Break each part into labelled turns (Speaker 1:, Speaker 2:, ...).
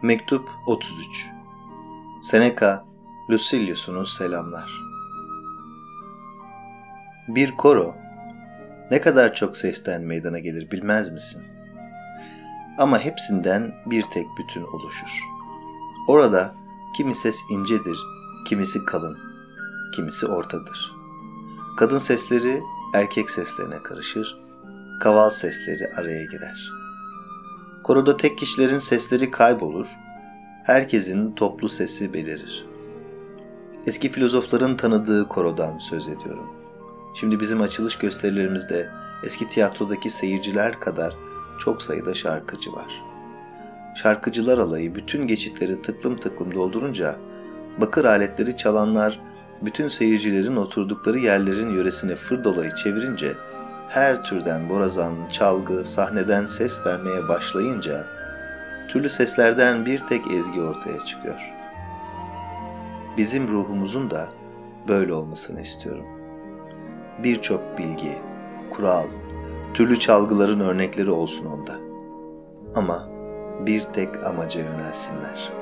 Speaker 1: Mektup 33. Seneca, Lucilius'unu selamlar. Bir koro ne kadar çok sesten meydana gelir bilmez misin? Ama hepsinden bir tek bütün oluşur. Orada kimi ses incedir, kimisi kalın, kimisi ortadır. Kadın sesleri erkek seslerine karışır, kaval sesleri araya girer. Koroda tek kişilerin sesleri kaybolur, herkesin toplu sesi belirir. Eski filozofların tanıdığı korodan söz ediyorum. Şimdi bizim açılış gösterilerimizde eski tiyatrodaki seyirciler kadar çok sayıda şarkıcı var. Şarkıcılar alayı bütün geçitleri tıklım tıklım doldurunca, bakır aletleri çalanlar bütün seyircilerin oturdukları yerlerin yöresini fırdolayı çevirince, her türden borazan, çalgı, sahneden ses vermeye başlayınca, türlü seslerden bir tek ezgi ortaya çıkıyor. Bizim ruhumuzun da böyle olmasını istiyorum. Birçok bilgi, kural, türlü çalgıların örnekleri olsun onda. Ama bir tek amaca yönelsinler.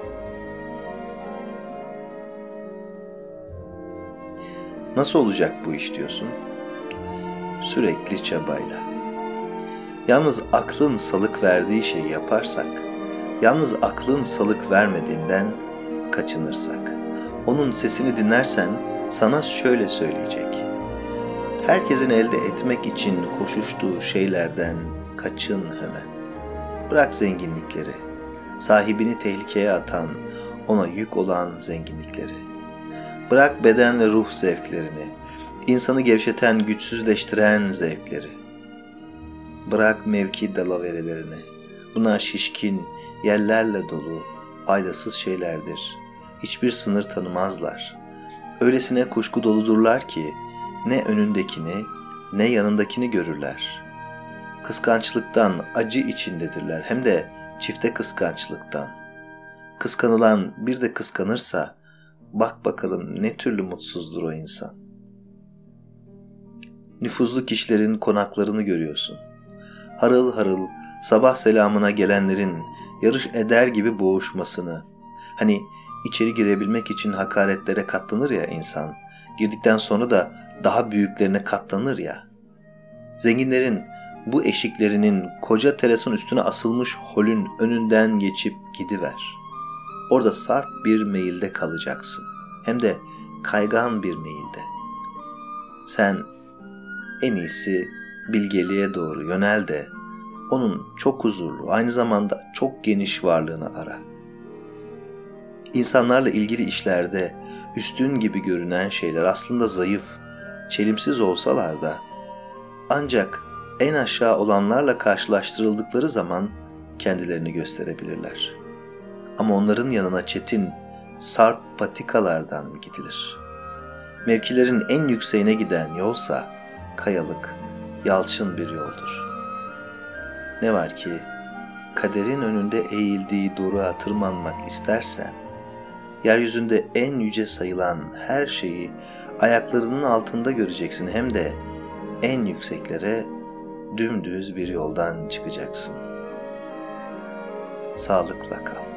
Speaker 1: Nasıl olacak bu iş diyorsun? Sürekli çabayla. Yalnız aklın salık verdiği şeyi yaparsak, yalnız aklın salık vermediğinden kaçınırsak, onun sesini dinlersen sana şöyle söyleyecek: herkesin elde etmek için koşuştuğu şeylerden kaçın hemen. Bırak zenginlikleri, sahibini tehlikeye atan, ona yük olan zenginlikleri. Bırak beden ve ruh zevklerini, insanı gevşeten, güçsüzleştiren zevkleri. Bırak mevki dalaverelerini. Bunlar şişkin, yerlerle dolu, faydasız şeylerdir. Hiçbir sınır tanımazlar. Öylesine kuşku doludurlar ki ne önündekini ne yanındakini görürler. Kıskançlıktan acı içindedirler, hem de çifte kıskançlıktan. Kıskanılan bir de kıskanırsa bak bakalım ne türlü mutsuzdur o insan. Nüfuzlu kişilerin konaklarını görüyorsun. Harıl harıl sabah selamına gelenlerin yarış eder gibi boğuşmasını. Hani içeri girebilmek için hakaretlere katlanır ya insan. Girdikten sonra da daha büyüklerine katlanır ya. Zenginlerin bu eşiklerinin koca terasun üstüne asılmış holün önünden geçip gidiver. Orada sarp bir meyilde kalacaksın. Hem de kaygan bir meyilde. Sen en iyisi bilgeliğe doğru yönel de onun çok huzurlu, aynı zamanda çok geniş varlığını ara. İnsanlarla ilgili işlerde üstün gibi görünen şeyler aslında zayıf, çelimsiz olsalar da ancak en aşağı olanlarla karşılaştırıldıkları zaman kendilerini gösterebilirler. Ama onların yanına çetin, sarp patikalardan gidilir. Mevkilerin en yükseğine giden yolsa kayalık, yalçın bir yoldur. Ne var ki kaderin önünde eğildiği doruğa tırmanmak istersen, yeryüzünde en yüce sayılan her şeyi ayaklarının altında göreceksin, hem de en yükseklere dümdüz bir yoldan çıkacaksın. Sağlıkla kal.